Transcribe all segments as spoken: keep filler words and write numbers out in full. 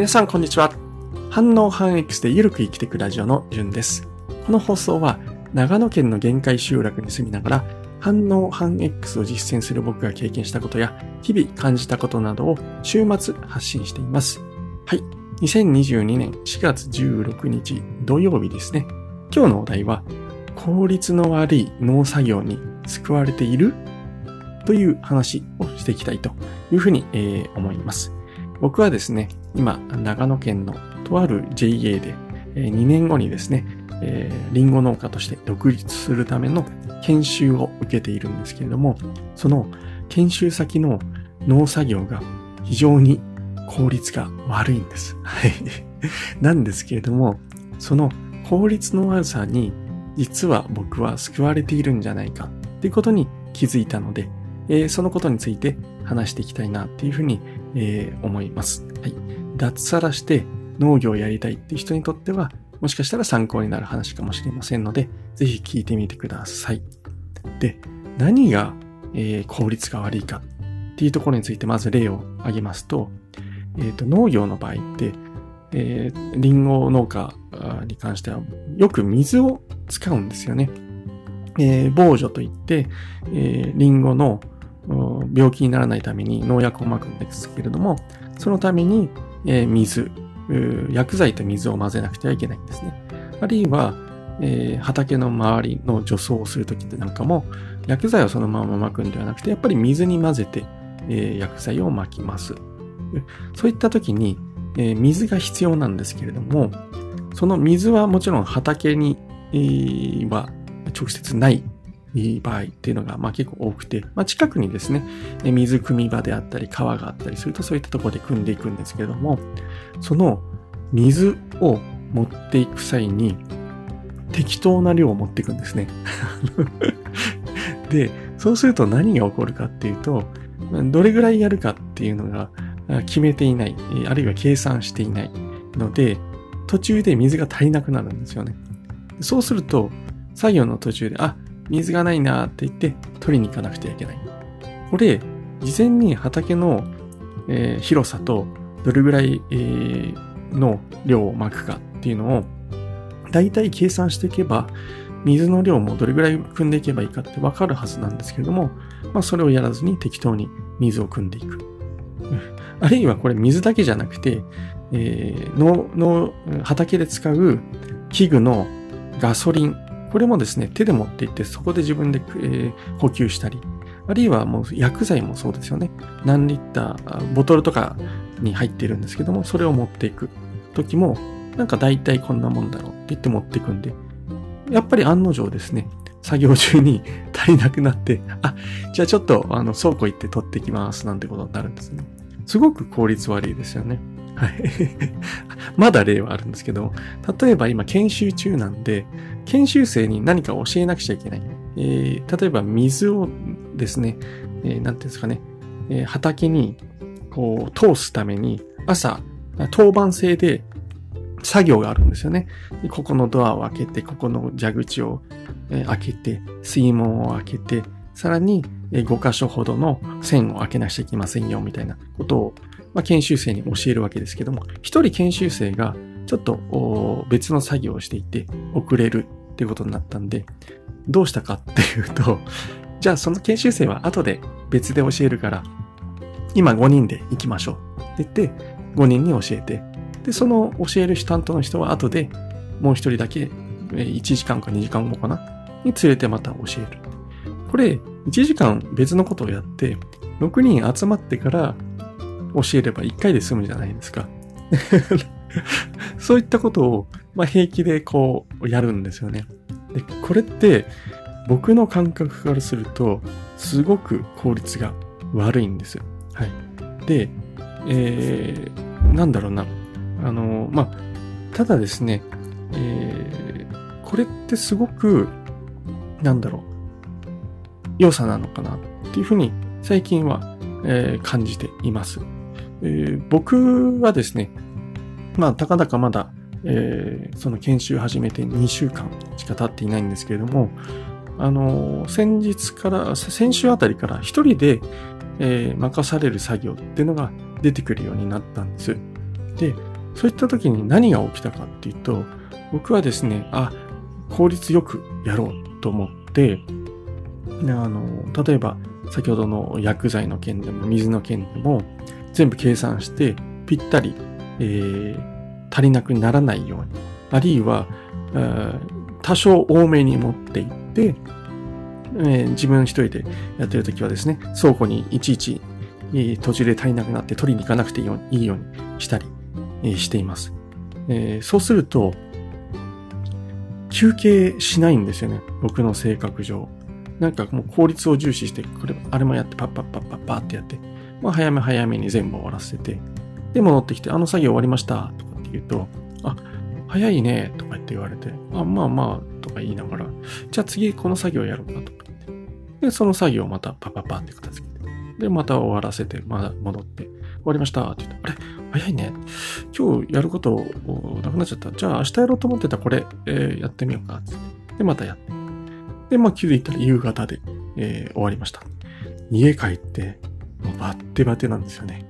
皆さんこんにちは。反応反 X でゆるく生きていくラジオのじゅんです。この放送は長野県の限界集落に住みながら反応反 X を実践する僕が経験したことや日々感じたことなどを週末発信しています。はい。にせんにじゅうにねんしがつじゅうろくにち土曜日ですね。今日のお題は効率の悪い農作業に救われているという話をしていきたいというふうに、えー、思います。僕はですね、今長野県のとある ジェイエー で、えー、にねんごにですね、えー、リンゴ農家として独立するための研修を受けているんですけれども、その研修先の農作業が非常に効率が悪いんです。はい。なんですけれども、その効率の悪さに実は僕は救われているんじゃないかっていうことに気づいたので、えー、そのことについて話していきたいなっていうふうに、えー、思います。はい。脱サラして農業をやりたいっていう人にとっては、もしかしたら参考になる話かもしれませんので、ぜひ聞いてみてください。で、何が、えー、効率が悪いかっていうところについてまず例を挙げますと、えっと、農業の場合って、えー、リンゴ農家に関してはよく水を使うんですよね。えー、防除といって、えー、リンゴの病気にならないために農薬をまくんですけれども、そのために、えー、水、薬剤と水を混ぜなくてはいけないんですね。あるいは、えー、畑の周りの除草をするときってなんかも、薬剤をそのまままくんではなくて、やっぱり水に混ぜて、えー、薬剤をまきます。そういったときに、えー、水が必要なんですけれども、その水はもちろん畑に、えー、は直接ない場合っていうのがまあ結構多くて、まあ、近くにですね、水汲み場であったり川があったりするとそういったところで汲んでいくんですけれども、その水を持っていく際に適当な量を持っていくんですね。で、そうすると何が起こるかっていうと、どれぐらいやるかっていうのが決めていない、あるいは計算していないので、途中で水が足りなくなるんですよね。そうすると、作業の途中で、あ、水がないなって言って取りに行かなくてはいけない。これ、事前に畑の、えー、広さとどれぐらい、えー、の量をまくかっていうのをだいたい計算していけば、水の量もどれぐらい汲んでいけばいいかってわかるはずなんですけれども、まあそれをやらずに適当に水を汲んでいく。あるいはこれ水だけじゃなくて、えー、のの畑で使う器具のガソリン、これもですね、手で持っていってそこで自分で、えー、補給したり、あるいはもう薬剤もそうですよね。何リッター、ボトルとかに入っているんですけども、それを持っていく時も、なんか大体こんなもんだろうって言って持っていくんで、やっぱり案の定ですね、作業中に足りなくなって、あ、じゃあちょっとあの倉庫行って取ってきますなんてことになるんですね。すごく効率悪いですよね。はい。まだ例はあるんですけど、例えば今研修中なんで、研修生に何か教えなくちゃいけない。えー、例えば水をですね、えー、なんていうんですかね、えー、畑にこう通すために朝、当番制で作業があるんですよね。ここのドアを開けて、ここの蛇口を開けて、水門を開けて、さらにご箇所ほどの線を開けなくちゃいけませんよ、みたいなことを、まあ、研修生に教えるわけですけども、一人研修生がちょっと別の作業をしていて遅れるっていうことになったんで、どうしたかっていうと、じゃあその研修生は後で別で教えるから、今ごにんで行きましょうって言ってごにんに教えて、で、その教える担当の人は後でもう一人だけいちじかんかにじかんごかなに連れてまた教える。これいちじかん別のことをやってろくにん集まってから教えればいっかいで済むじゃないですか。そういったことを、まあ、平気でこうやるんですよね。で、これって僕の感覚からするとすごく効率が悪いんですよ。はい。で、えー、なんだろうな。あの、まあ、ただですね、えー、これってすごく、なんだろう、良さなのかなっていうふうに最近は、えー、感じています。えー、僕はですね、まあ、たかだかまだ、えー、その研修始めてにしゅうかんしか経っていないんですけれども、あのー、先日から、先週あたりから一人で、えー、任される作業っていうのが出てくるようになったんです。で、 そういった時に何が起きたかっていうと、僕はですね、あ、効率よくやろうと思って、あの、例えば先ほどの薬剤の件でも水の件でも全部計算してぴったり、えー、足りなくならないように、あるいは、えー、多少多めに持っていって、えー、自分一人でやってるときはですね、倉庫にいちいち、えー、途中で足りなくなって取りに行かなくていいように、いいようにしたり、えー、しています、えー。そうすると、休憩しないんですよね。僕の性格上。なんかもう効率を重視して、これ、あれもやって、パッパッパッパッパーってやって、まあ早め早めに全部終わらせて、で、戻ってきて、あの作業終わりました、とかって言うと、あ、早いね、とかって言われて、あ、まあまあ、とか言いながら、じゃあ次この作業やろうか、とか言って。で、その作業をまたパッパッパーって片付けて、で、また終わらせて、まだ戻って、終わりました、って言って、あれ早いね。今日やることなくなっちゃった。じゃあ明日やろうと思ってたこれ、えー、やってみようか、つって。で、またやって。で、まあ気づいたら夕方で、えー、終わりました。家帰って、もうバッテバテなんですよね。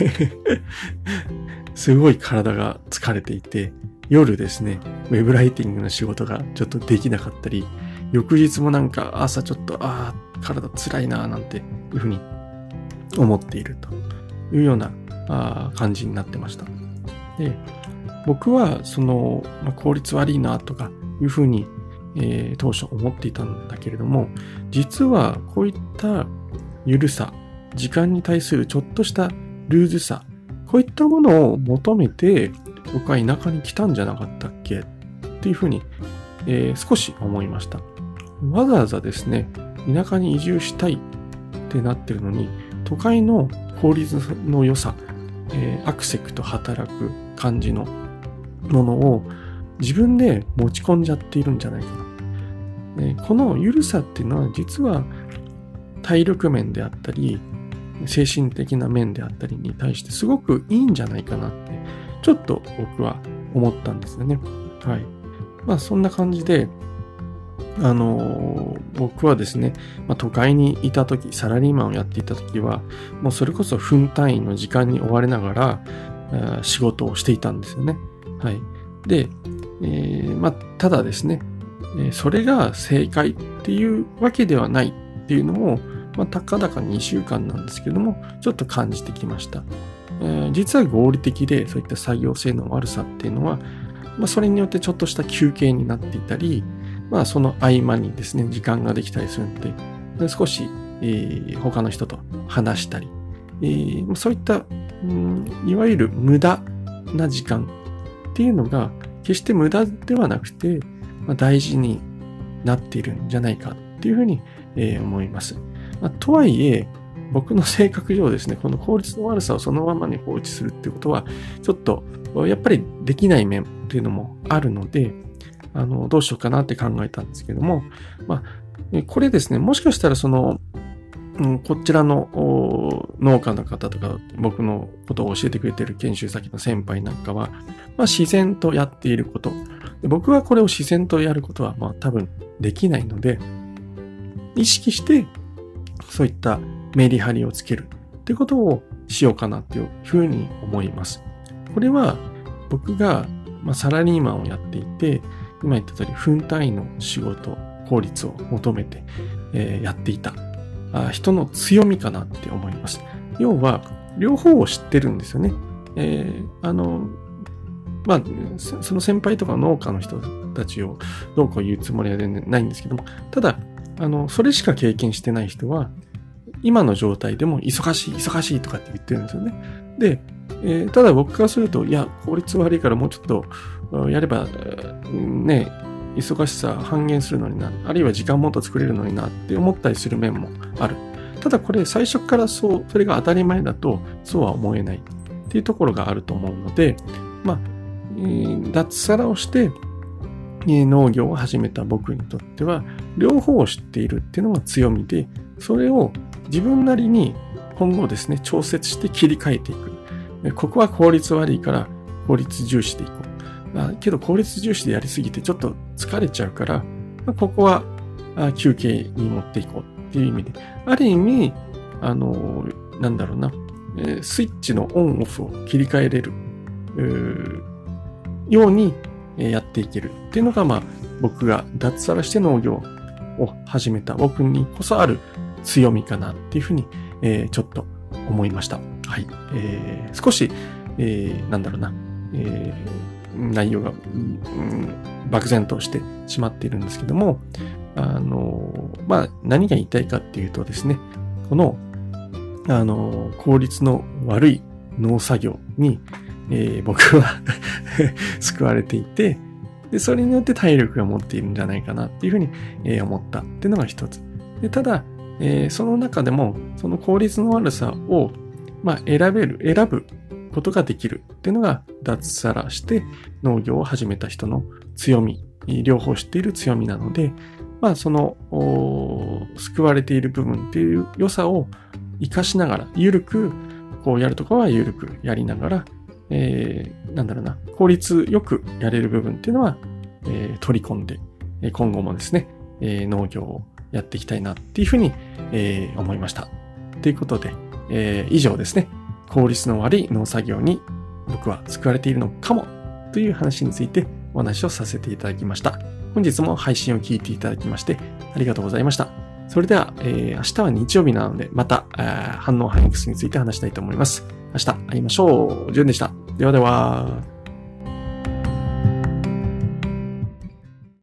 すごい体が疲れていて、夜ですね、ウェブライティングの仕事がちょっとできなかったり、翌日もなんか朝ちょっと、ああ、体辛いなーなんていうふうに思っているというようなあ感じになってました。で、僕はその、まあ、効率悪いなとかいうふうに、えー、当初思っていたんだけれども、実はこういった緩さ、時間に対するちょっとしたルーズさ、こういったものを求めて僕は田舎に来たんじゃなかったっけっていうふうに、えー、少し思いました。わざわざですね、田舎に移住したいってなってるのに、都会の効率の良さ、えー、アクセクと働く感じのものを自分で持ち込んじゃっているんじゃないかな。えー、この緩さっていうのは実は体力面であったり、精神的な面であったりに対してすごくいいんじゃないかなってちょっと僕は思ったんですよね。はい。まあそんな感じで、あのー、僕はですね、まあ、都会にいた時、サラリーマンをやっていた時は、もうそれこそ分単位の時間に追われながら、仕事をしていたんですよね。はい。で、えー、まあただですね、それが正解っていうわけではないっていうのを、まあ、たかだかにしゅうかんなんですけども、ちょっと感じてきました。えー、実は合理的で、そういった作業性の悪さっていうのは、まあ、それによってちょっとした休憩になっていたり、まあ、その合間にですね、時間ができたりするので、で少し、えー、他の人と話したり、えー、そういった、うん、いわゆる無駄な時間っていうのが、決して無駄ではなくて、まあ、大事になっているんじゃないかっていうふうに、えー、思います。まあ、とはいえ、僕の性格上ですね、この効率の悪さをそのままに放置するっていうことは、ちょっと、やっぱりできない面っていうのもあるので、あの、どうしようかなって考えたんですけども、まあ、これですね、もしかしたらその、うん、こちらの農家の方とか、僕のことを教えてくれている研修先の先輩なんかは、まあ、自然とやっていること。僕はこれを自然とやることは、まあ、多分できないので、意識して、そういったメリハリをつけるってことをしようかなっていうふうに思います。これは僕がサラリーマンをやっていて、今言った通り分単位の仕事、効率を求めてやっていた人の強みかなって思います。要は両方を知ってるんですよね。えー、あの、まあ、その先輩とか農家の人たちをどうこう言うつもりは全然ないんですけども、ただ、あの、それしか経験してない人は、今の状態でも忙しい、忙しいとかって言ってるんですよね。で、えー、ただ僕からすると、いや、効率悪いからもうちょっとやれば、ね、忙しさ半減するのにな、あるいは時間もっと作れるのになって思ったりする面もある。ただこれ最初からそう、それが当たり前だと、そうは思えないっていうところがあると思うので、まあ、えー、脱サラをして、農業を始めた僕にとっては両方を知っているっていうのが強みで、それを自分なりに今後ですね調節して切り替えていく。ここは効率悪いから効率重視でいこう。だけど効率重視でやりすぎてちょっと疲れちゃうから、ここは休憩に持っていこうっていう意味で、ある意味あのなんだろうな、スイッチのオンオフを切り替えれるようにやっていけるっていうのが、まあ、僕が脱サラして農業を始めた僕にこそある強みかなっていうふうに、えー、ちょっと思いました。はい。えー、少し、えー、なんだろうな、えー、内容が、うん、漠然としてしまっているんですけども、あの、まあ、何が言いたいかっていうとですね、この、あの、効率の悪い農作業に、えー、僕は救われていて、で、それによって体力が持っているんじゃないかなっていうふうに、えー、思ったっていうのが一つ。で、ただ、えー、その中でも、その効率の悪さを、まあ、選べる、選ぶことができるっていうのが、脱サラして農業を始めた人の強み、両方知っている強みなので、まあ、その、救われている部分っていう良さを活かしながら、ゆるく、こうやるところはゆるくやりながら、えー、なんだろうな、効率よくやれる部分っていうのは、えー、取り込んで、今後もですね、えー、農業をやっていきたいなっていうふうに、えー、思いました。ということで、えー、以上ですね、効率の悪い農作業に僕は救われているのかもという話についてお話をさせていただきました。本日も配信を聞いていただきましてありがとうございました。それでは、えー、明日は日曜日なのでまた、えー、反応ハイミックスについて話したいと思います。明日会いましょう。じゅんでした。ではでは。